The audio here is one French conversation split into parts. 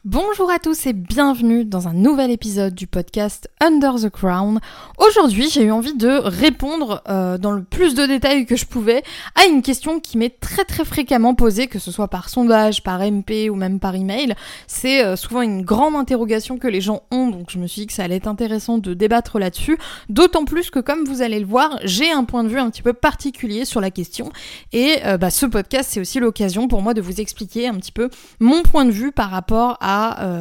Bonjour à tous et bienvenue dans un nouvel épisode du podcast Under the Crown. Aujourd'hui, j'ai eu envie de répondre dans le plus de détails que je pouvais à une question qui m'est très fréquemment posée, que ce soit par sondage, par MP ou même par email. C'est souvent une grande interrogation que les gens ont, donc je me suis dit que ça allait être intéressant de débattre là-dessus, d'autant plus que comme vous allez le voir, j'ai un point de vue un petit peu particulier sur la question et ce podcast c'est aussi l'occasion pour moi de vous expliquer un petit peu mon point de vue par rapport à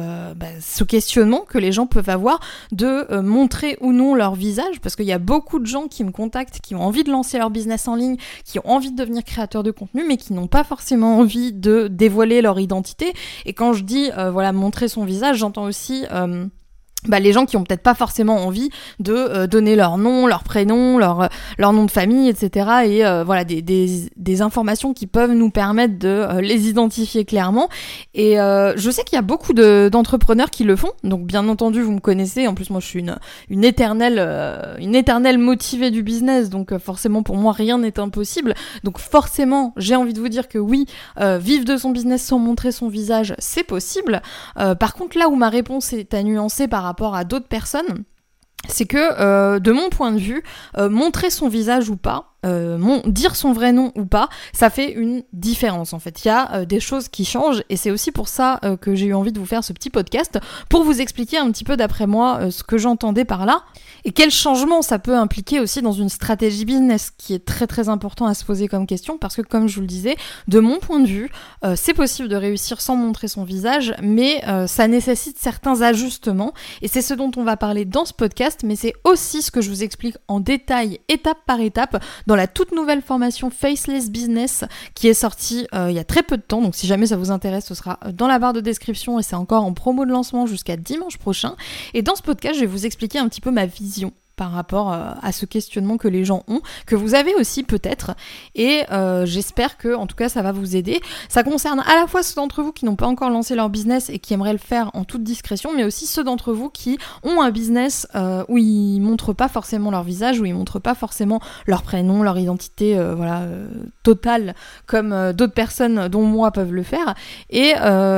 ce questionnement que les gens peuvent avoir de montrer ou non leur visage, parce qu'il y a beaucoup de gens qui me contactent, qui ont envie de lancer leur business en ligne, qui ont envie de devenir créateurs de contenu, mais qui n'ont pas forcément envie de dévoiler leur identité. Et quand je dis montrer son visage, j'entends aussi les gens qui ont peut-être pas forcément envie de donner leur nom, leur prénom, leur nom de famille, etc. Et des informations qui peuvent nous permettre de les identifier clairement. Et je sais qu'il y a beaucoup d'entrepreneurs qui le font. Donc bien entendu, vous me connaissez. En plus, moi, je suis une éternelle motivée du business. Donc forcément, pour moi, rien n'est impossible. Donc forcément, j'ai envie de vous dire que oui, vivre de son business sans montrer son visage, c'est possible. Par contre, là où ma réponse est à nuancer par rapport à d'autres personnes, c'est que de mon point de vue, montrer son visage ou pas, dire son vrai nom ou pas, ça fait une différence en fait. Il y a des choses qui changent et c'est aussi pour ça que j'ai eu envie de vous faire ce petit podcast pour vous expliquer un petit peu d'après moi ce que j'entendais par là et quel changement ça peut impliquer aussi dans une stratégie business qui est très important à se poser comme question, parce que comme je vous le disais, de mon point de vue, c'est possible de réussir sans montrer son visage, mais ça nécessite certains ajustements et c'est ce dont on va parler dans ce podcast, mais c'est aussi ce que je vous explique en détail, étape par étape, dans la toute nouvelle formation Faceless Business qui est sortie il y a très peu de temps. Donc si jamais ça vous intéresse, ce sera dans la barre de description et c'est encore en promo de lancement jusqu'à dimanche prochain. Et dans ce podcast, je vais vous expliquer un petit peu ma vision par rapport à ce questionnement que les gens ont, que vous avez aussi peut-être, et j'espère que en tout cas ça va vous aider. Ça concerne à la fois ceux d'entre vous qui n'ont pas encore lancé leur business et qui aimeraient le faire en toute discrétion, mais aussi ceux d'entre vous qui ont un business où ils montrent pas forcément leur visage, où ils montrent pas forcément leur prénom, leur identité totale, comme d'autres personnes dont moi peuvent le faire, et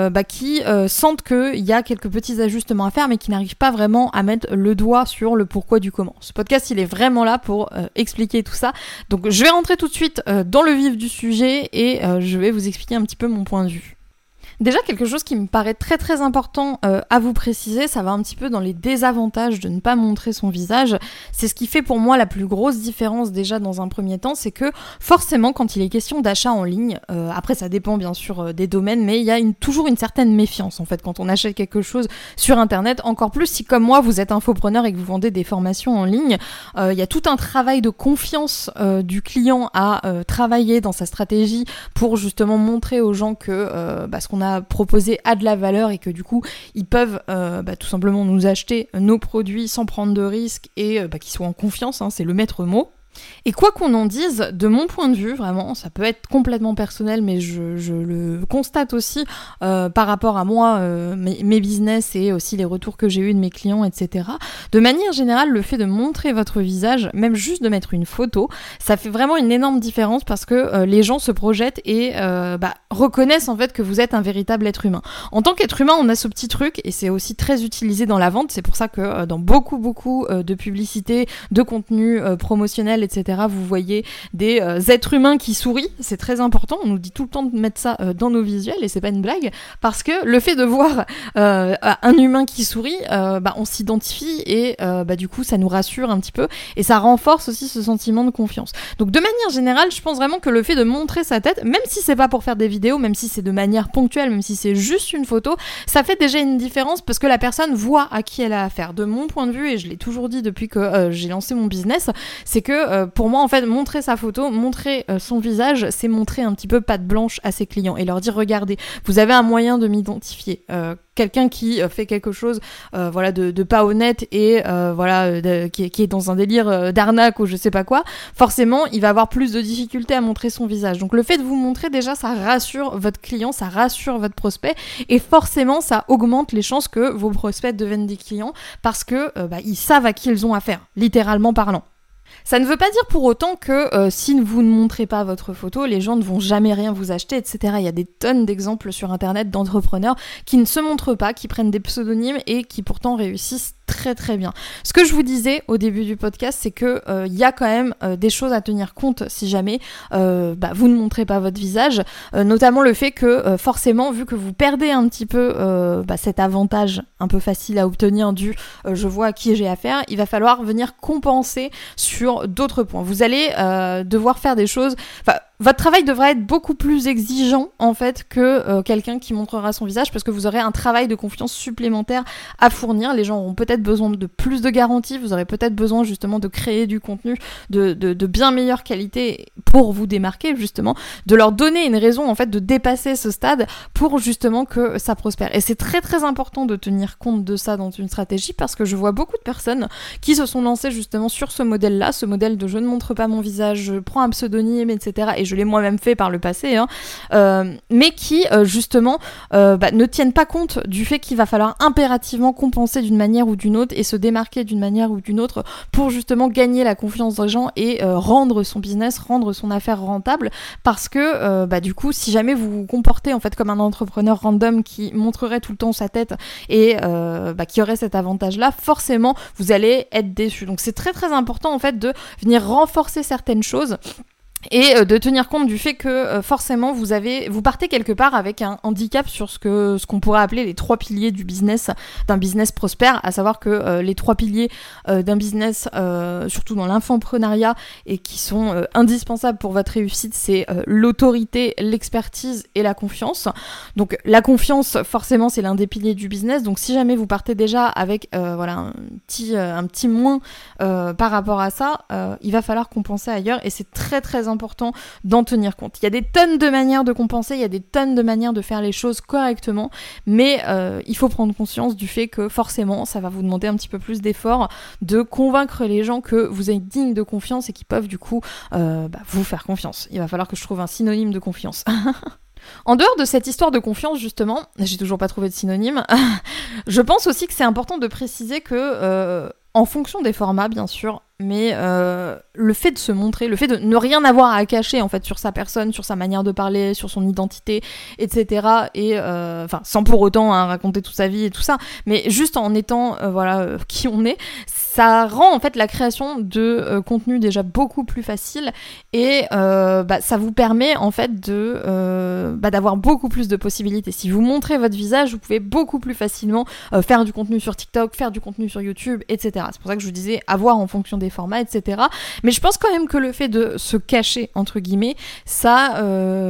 qui sentent qu'il y a quelques petits ajustements à faire, mais qui n'arrivent pas vraiment à mettre le doigt sur le pourquoi du comment. Ce podcast, il est vraiment là pour expliquer tout ça. Donc, je vais rentrer tout de suite dans le vif du sujet et je vais vous expliquer un petit peu mon point de vue. Déjà, quelque chose qui me paraît très important à vous préciser, ça va un petit peu dans les désavantages de ne pas montrer son visage. C'est ce qui fait pour moi la plus grosse différence déjà dans un premier temps, c'est que forcément quand il est question d'achat en ligne, après ça dépend bien sûr des domaines, mais il y a toujours une certaine méfiance en fait quand on achète quelque chose sur internet, encore plus si comme moi vous êtes infopreneur et que vous vendez des formations en ligne, il y a tout un travail de confiance du client à travailler dans sa stratégie pour justement montrer aux gens que ce qu'on a proposé a de la valeur et que du coup ils peuvent tout simplement nous acheter nos produits sans prendre de risques et qu'ils soient en confiance, c'est le maître mot. Et quoi qu'on en dise, de mon point de vue, vraiment, ça peut être complètement personnel, mais je le constate aussi par rapport à moi, mes business et aussi les retours que j'ai eus de mes clients, etc. De manière générale, le fait de montrer votre visage, même juste de mettre une photo, ça fait vraiment une énorme différence parce que les gens se projettent et reconnaissent en fait que vous êtes un véritable être humain. En tant qu'être humain, on a ce petit truc et c'est aussi très utilisé dans la vente. C'est pour ça que dans beaucoup de publicités, de contenus promotionnels, etc., vous voyez des êtres humains qui sourient, c'est très important, on nous dit tout le temps de mettre ça dans nos visuels et c'est pas une blague, parce que le fait de voir un humain qui sourit, on s'identifie et du coup ça nous rassure un petit peu et ça renforce aussi ce sentiment de confiance. Donc de manière générale, je pense vraiment que le fait de montrer sa tête, même si c'est pas pour faire des vidéos, même si c'est de manière ponctuelle, même si c'est juste une photo, ça fait déjà une différence parce que la personne voit à qui elle a affaire. De mon point de vue, et je l'ai toujours dit depuis que j'ai lancé mon business, c'est que pour moi en fait montrer sa photo, montrer son visage, c'est montrer un petit peu patte blanche à ses clients et leur dire regardez, vous avez un moyen de m'identifier. Quelqu'un qui fait quelque chose de pas honnête et qui est dans un délire d'arnaque ou je sais pas quoi, forcément il va avoir plus de difficultés à montrer son visage. Donc le fait de vous montrer déjà, ça rassure votre client, ça rassure votre prospect et forcément ça augmente les chances que vos prospects deviennent des clients parce que ils savent à qui ils ont affaire, littéralement parlant. Ça ne veut pas dire pour autant que si vous ne montrez pas votre photo, les gens ne vont jamais rien vous acheter, etc. Il y a des tonnes d'exemples sur Internet d'entrepreneurs qui ne se montrent pas, qui prennent des pseudonymes et qui pourtant réussissent très très bien. Ce que je vous disais au début du podcast, c'est que y a quand même des choses à tenir compte si jamais vous ne montrez pas votre visage, notamment le fait que forcément, vu que vous perdez un petit peu cet avantage un peu facile à obtenir du je vois à qui j'ai affaire, il va falloir venir compenser sur d'autres points. Vous allez devoir faire des choses... Votre travail devra être beaucoup plus exigeant en fait que quelqu'un qui montrera son visage, parce que vous aurez un travail de confiance supplémentaire à fournir. Les gens auront peut-être besoin de plus de garanties, vous aurez peut-être besoin justement de créer du contenu de bien meilleure qualité pour vous démarquer, justement, de leur donner une raison en fait de dépasser ce stade pour justement que ça prospère. Et c'est très très important de tenir compte de ça dans une stratégie, parce que je vois beaucoup de personnes qui se sont lancées justement sur ce modèle-là, ce modèle de je ne montre pas mon visage, je prends un pseudonyme, etc. Et je l'ai moi-même fait par le passé, mais qui justement ne tiennent pas compte du fait qu'il va falloir impérativement compenser d'une manière ou d'une autre et se démarquer d'une manière ou d'une autre pour justement gagner la confiance des gens et rendre son business, rendre son affaire rentable, parce que du coup, si jamais vous vous comportez en fait comme un entrepreneur random qui montrerait tout le temps sa tête et qui aurait cet avantage-là, forcément vous allez être déçu. Donc c'est très très important en fait de venir renforcer certaines choses et de tenir compte du fait que forcément vous partez quelque part avec un handicap sur ce qu'on pourrait appeler les 3 piliers du business, d'un business prospère, à savoir que les 3 piliers d'un business, surtout dans l'infoprenariat, et qui sont indispensables pour votre réussite, c'est l'autorité, l'expertise et la confiance. Donc la confiance, forcément, c'est l'un des piliers du business. Donc si jamais vous partez déjà avec un petit moins par rapport à ça, il va falloir compenser ailleurs, et c'est très très important d'en tenir compte. Il y a des tonnes de manières de compenser, il y a des tonnes de manières de faire les choses correctement, mais il faut prendre conscience du fait que forcément ça va vous demander un petit peu plus d'efforts de convaincre les gens que vous êtes digne de confiance et qui peuvent du coup vous faire confiance. Il va falloir que je trouve un synonyme de confiance. En dehors de cette histoire de confiance, justement, j'ai toujours pas trouvé de synonyme, je pense aussi que c'est important de préciser que en fonction des formats, bien sûr, mais le fait de se montrer, le fait de ne rien avoir à cacher en fait sur sa personne, sur sa manière de parler, sur son identité, etc. Et sans pour autant raconter toute sa vie et tout ça, mais juste en étant qui on est, ça rend en fait la création de contenu déjà beaucoup plus facile, et ça vous permet en fait d'avoir beaucoup plus de possibilités. Si vous montrez votre visage, vous pouvez beaucoup plus facilement faire du contenu sur TikTok, faire du contenu sur YouTube, etc. C'est pour ça que je vous disais avoir en fonction des formats, etc. Mais je pense quand même que le fait de se cacher, entre guillemets, ça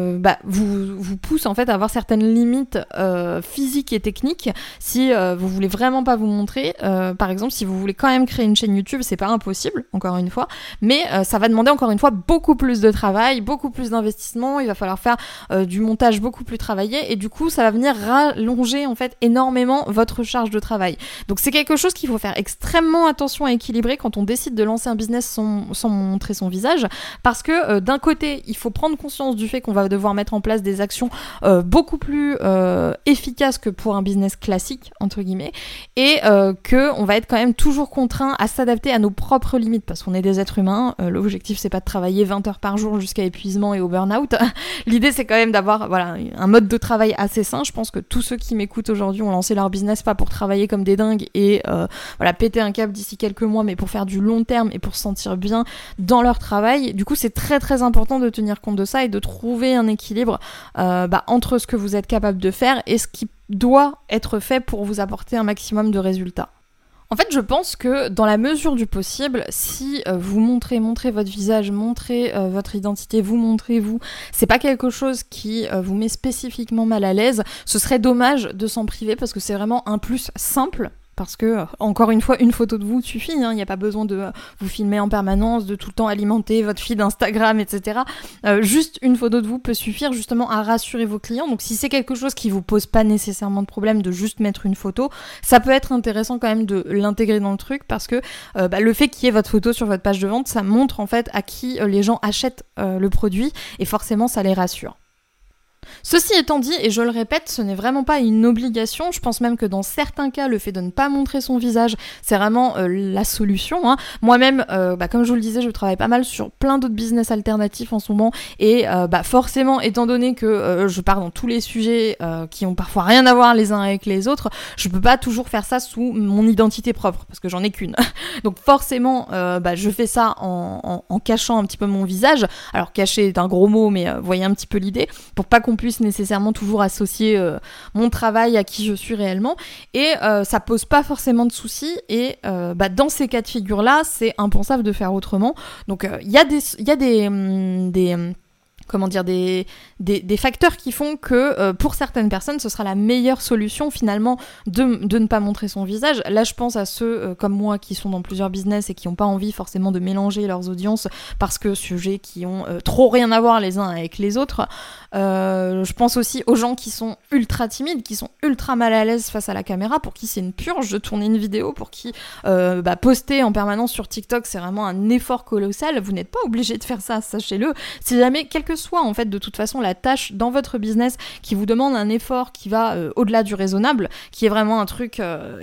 vous pousse en fait à avoir certaines limites physiques et techniques. Si vous voulez vraiment pas vous montrer, par exemple, si vous voulez quand même créer une chaîne YouTube, c'est pas impossible, encore une fois, mais ça va demander encore une fois beaucoup plus de travail, beaucoup plus d'investissement, il va falloir faire du montage beaucoup plus travaillé, et du coup ça va venir rallonger en fait énormément votre charge de travail. Donc c'est quelque chose qu'il faut faire extrêmement attention à équilibrer quand on décide de lancer un business sans montrer son visage, parce que d'un côté il faut prendre conscience du fait qu'on va devoir mettre en place des actions beaucoup plus efficaces que pour un business classique, entre guillemets, et qu'on va être quand même toujours contraint à s'adapter à nos propres limites, parce qu'on est des êtres humains. L'objectif c'est pas de travailler 20 heures par jour jusqu'à épuisement et au burn-out. L'idée c'est quand même d'avoir un mode de travail assez sain. Je pense que tous ceux qui m'écoutent aujourd'hui ont lancé leur business pas pour travailler comme des dingues et péter un câble d'ici quelques mois, mais pour faire du long terme et pour se sentir bien dans leur travail. Du coup c'est très très important de tenir compte de ça et de trouver un équilibre entre ce que vous êtes capable de faire et ce qui doit être fait pour vous apporter un maximum de résultats. En fait, je pense que dans la mesure du possible, si vous montrez votre visage, montrez votre identité, vous montrez vous, c'est pas quelque chose qui vous met spécifiquement mal à l'aise, ce serait dommage de s'en priver parce que c'est vraiment un plus simple. Parce que, encore une fois, une photo de vous suffit, il n'y a pas besoin de vous filmer en permanence, de tout le temps alimenter votre feed Instagram, etc. Juste une photo de vous peut suffire justement à rassurer vos clients. Donc si c'est quelque chose qui vous pose pas nécessairement de problème de juste mettre une photo, ça peut être intéressant quand même de l'intégrer dans le truc, parce que le fait qu'il y ait votre photo sur votre page de vente, ça montre en fait à qui les gens achètent le produit, et forcément ça les rassure. Ceci étant dit, et je le répète, ce n'est vraiment pas une obligation. Je pense même que dans certains cas, le fait de ne pas montrer son visage, c'est vraiment la solution. Moi-même, comme je vous le disais, je travaille pas mal sur plein d'autres business alternatifs en ce moment. Et forcément, étant donné que je pars dans tous les sujets qui ont parfois rien à voir les uns avec les autres, je peux pas toujours faire ça sous mon identité propre, parce que j'en ai qu'une. Donc forcément, je fais ça en cachant un petit peu mon visage. Alors cacher est un gros mot, mais voyez un petit peu l'idée, pour pas qu'on puisse nécessairement toujours associer mon travail à qui je suis réellement, et ça pose pas forcément de soucis, et dans ces cas de figure là c'est impensable de faire autrement. Donc il y a des facteurs qui font que pour certaines personnes ce sera la meilleure solution finalement de ne pas montrer son visage. Là je pense à ceux comme moi qui sont dans plusieurs business et qui n'ont pas envie forcément de mélanger leurs audiences parce que sujets qui ont trop rien à voir les uns avec les autres. Je pense aussi aux gens qui sont ultra timides, qui sont ultra mal à l'aise face à la caméra, pour qui c'est une purge de tourner une vidéo, pour qui poster en permanence sur TikTok c'est vraiment un effort colossal. Vous n'êtes pas obligé de faire ça, sachez-le. Si jamais, quel que soit en fait de toute façon la tâche dans votre business qui vous demande un effort qui va au-delà du raisonnable, qui est vraiment un truc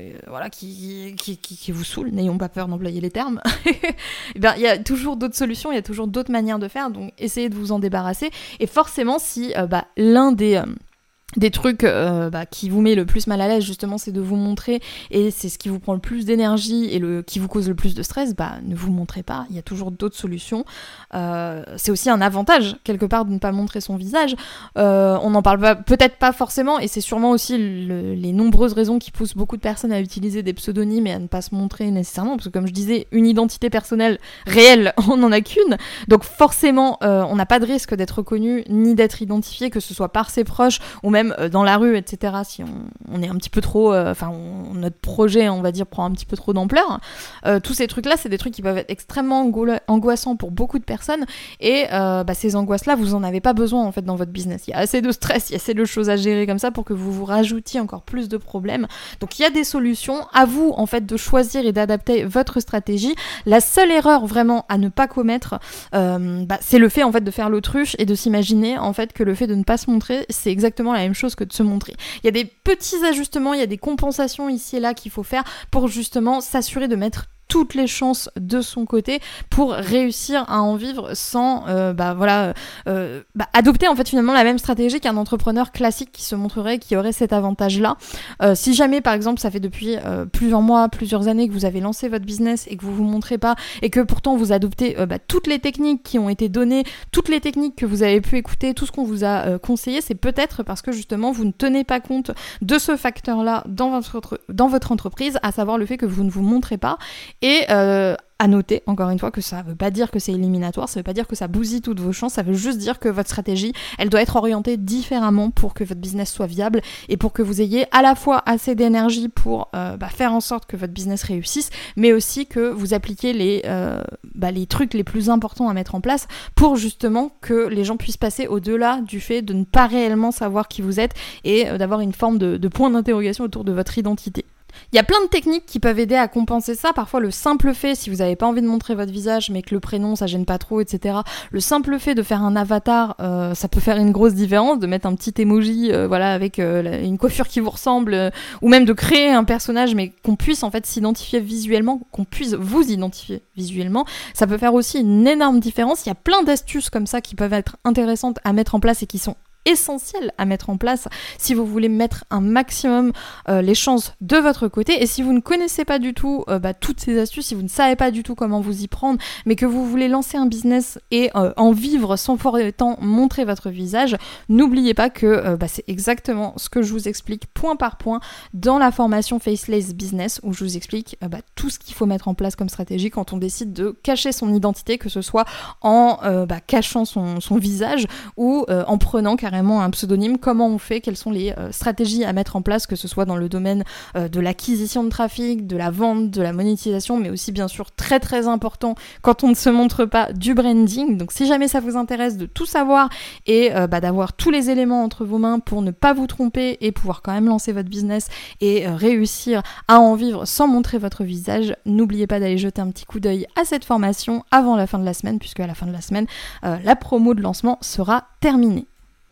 qui vous saoule, n'ayons pas peur d'employer les termes, il y a toujours d'autres solutions, il y a toujours d'autres manières de faire, donc essayez de vous en débarrasser. Et forcément si l'un des trucs qui vous met le plus mal à l'aise justement c'est de vous montrer, et c'est ce qui vous prend le plus d'énergie et qui vous cause le plus de stress, ne vous montrez pas, il y a toujours d'autres solutions. C'est aussi un avantage quelque part de ne pas montrer son visage. On n'en parle peut-être pas forcément, et c'est sûrement aussi les nombreuses raisons qui poussent beaucoup de personnes à utiliser des pseudonymes et à ne pas se montrer nécessairement, parce que comme je disais, une identité personnelle réelle on n'en a qu'une, donc forcément on n'a pas de risque d'être reconnu ni d'être identifié, que ce soit par ses proches ou même dans la rue, etc. Si on est un petit peu trop... notre projet, on va dire, prend un petit peu trop d'ampleur. Tous ces trucs-là, c'est des trucs qui peuvent être extrêmement angoissants pour beaucoup de personnes, et ces angoisses-là, vous en avez pas besoin, en fait, dans votre business. Il y a assez de stress, il y a assez de choses à gérer comme ça pour que vous vous rajoutiez encore plus de problèmes. Donc, il y a des solutions. À vous, en fait, de choisir et d'adapter votre stratégie. La seule erreur, vraiment, à ne pas commettre, c'est le fait, en fait, de faire l'autruche et de s'imaginer, en fait, que le fait de ne pas se montrer, c'est exactement la même chose que de se montrer. Il y a des petits ajustements, il y a des compensations ici et là qu'il faut faire pour justement s'assurer de mettre toutes les chances de son côté pour réussir à en vivre sans adopter en fait finalement la même stratégie qu'un entrepreneur classique qui se montrerait, qui aurait cet avantage-là. Si jamais par exemple ça fait depuis plusieurs mois, plusieurs années que vous avez lancé votre business et que vous vous montrez pas, et que pourtant vous adoptez toutes les techniques qui ont été données, toutes les techniques que vous avez pu écouter, tout ce qu'on vous a conseillé, c'est peut-être parce que justement vous ne tenez pas compte de ce facteur-là dans votre entreprise, à savoir le fait que vous ne vous montrez pas. Et à noter, encore une fois, que ça veut pas dire que c'est éliminatoire, ça veut pas dire que ça bousille toutes vos chances, ça veut juste dire que votre stratégie, elle doit être orientée différemment pour que votre business soit viable et pour que vous ayez à la fois assez d'énergie pour faire en sorte que votre business réussisse, mais aussi que vous appliquiez les trucs les plus importants à mettre en place pour justement que les gens puissent passer au-delà du fait de ne pas réellement savoir qui vous êtes et d'avoir une forme de point d'interrogation autour de votre identité. Il y a plein de techniques qui peuvent aider à compenser ça. Parfois, le simple fait, si vous n'avez pas envie de montrer votre visage, mais que le prénom, ça gêne pas trop, etc. Le simple fait de faire un avatar, ça peut faire une grosse différence. De mettre un petit emoji, avec une coiffure qui vous ressemble, ou même de créer un personnage, mais qu'on puisse en fait s'identifier visuellement, qu'on puisse vous identifier visuellement. Ça peut faire aussi une énorme différence. Il y a plein d'astuces comme ça qui peuvent être intéressantes à mettre en place et qui sont essentiel à mettre en place si vous voulez mettre un maximum les chances de votre côté. Et si vous ne connaissez pas du tout toutes ces astuces, si vous ne savez pas du tout comment vous y prendre, mais que vous voulez lancer un business et en vivre sans pour autant montrer votre visage, n'oubliez pas que c'est exactement ce que je vous explique point par point dans la formation Faceless Business, où je vous explique tout ce qu'il faut mettre en place comme stratégie quand on décide de cacher son identité, que ce soit en cachant son visage ou en prenant carrément un pseudonyme. Comment on fait, quelles sont les stratégies à mettre en place, que ce soit dans le domaine de l'acquisition de trafic, de la vente, de la monétisation, mais aussi bien sûr très très important quand on ne se montre pas, du branding. Donc si jamais ça vous intéresse de tout savoir et d'avoir tous les éléments entre vos mains pour ne pas vous tromper et pouvoir quand même lancer votre business et réussir à en vivre sans montrer votre visage, n'oubliez pas d'aller jeter un petit coup d'œil à cette formation avant la fin de la semaine, puisque à la fin de la semaine la promo de lancement sera terminée.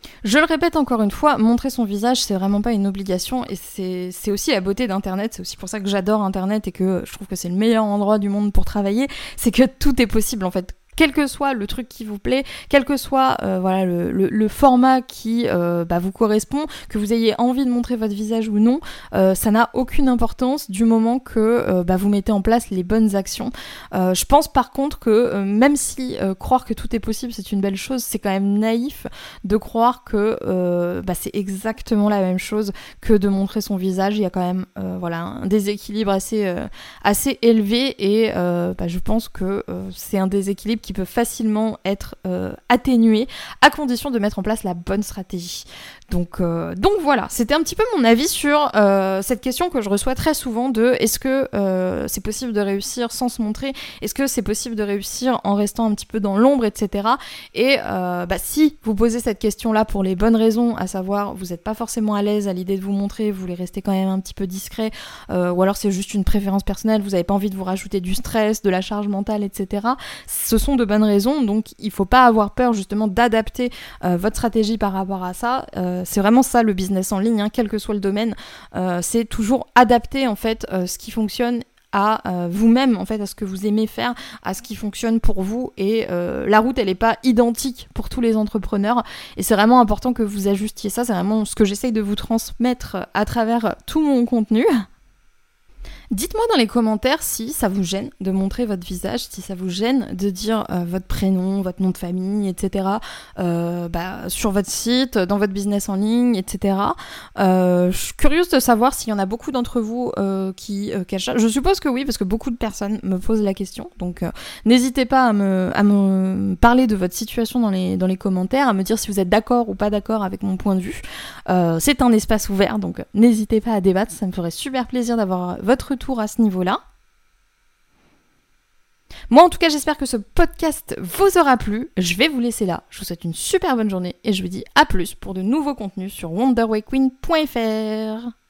Je le répète encore une fois, montrer son visage, c'est vraiment pas une obligation et c'est aussi la beauté d'Internet. C'est aussi pour ça que j'adore Internet et que je trouve que c'est le meilleur endroit du monde pour travailler. C'est que tout est possible en fait. Quel que soit le truc qui vous plaît, quel que soit voilà, le format qui vous correspond, que vous ayez envie de montrer votre visage ou non, ça n'a aucune importance du moment que vous mettez en place les bonnes actions. Je pense par contre que même si croire que tout est possible c'est une belle chose, c'est quand même naïf de croire que c'est exactement la même chose que de montrer son visage. Il y a quand même un déséquilibre assez élevé et je pense que c'est un déséquilibre qui peut facilement être atténué à condition de mettre en place la bonne stratégie. Donc voilà, c'était un petit peu mon avis sur cette question que je reçois très souvent de est-ce que c'est possible de réussir sans se montrer, est-ce que c'est possible de réussir en restant un petit peu dans l'ombre, etc. Et si vous posez cette question-là pour les bonnes raisons, à savoir vous n'êtes pas forcément à l'aise à l'idée de vous montrer, vous voulez rester quand même un petit peu discret, ou alors c'est juste une préférence personnelle, vous n'avez pas envie de vous rajouter du stress, de la charge mentale, etc. Ce sont de bonnes raisons, donc il ne faut pas avoir peur justement d'adapter votre stratégie par rapport à ça. C'est vraiment ça le business en ligne, quel que soit le domaine, c'est toujours adapter en fait ce qui fonctionne à vous-même, en fait, à ce que vous aimez faire, à ce qui fonctionne pour vous. Et la route, elle n'est pas identique pour tous les entrepreneurs. Et c'est vraiment important que vous ajustiez ça. C'est vraiment ce que j'essaye de vous transmettre à travers tout mon contenu. Dites-moi dans les commentaires si ça vous gêne de montrer votre visage, si ça vous gêne de dire votre prénom, votre nom de famille, etc. Sur votre site, dans votre business en ligne, etc. Je suis curieuse de savoir s'il y en a beaucoup d'entre vous qui cachent ça. Je suppose que oui, parce que beaucoup de personnes me posent la question. Donc n'hésitez pas à me parler de votre situation dans les commentaires, à me dire si vous êtes d'accord ou pas d'accord avec mon point de vue. C'est un espace ouvert, donc n'hésitez pas à débattre. Ça me ferait super plaisir d'avoir votre retour à ce niveau-là. Moi, en tout cas, j'espère que ce podcast vous aura plu. Je vais vous laisser là. Je vous souhaite une super bonne journée et je vous dis à plus pour de nouveaux contenus sur wonderwayqueen.fr.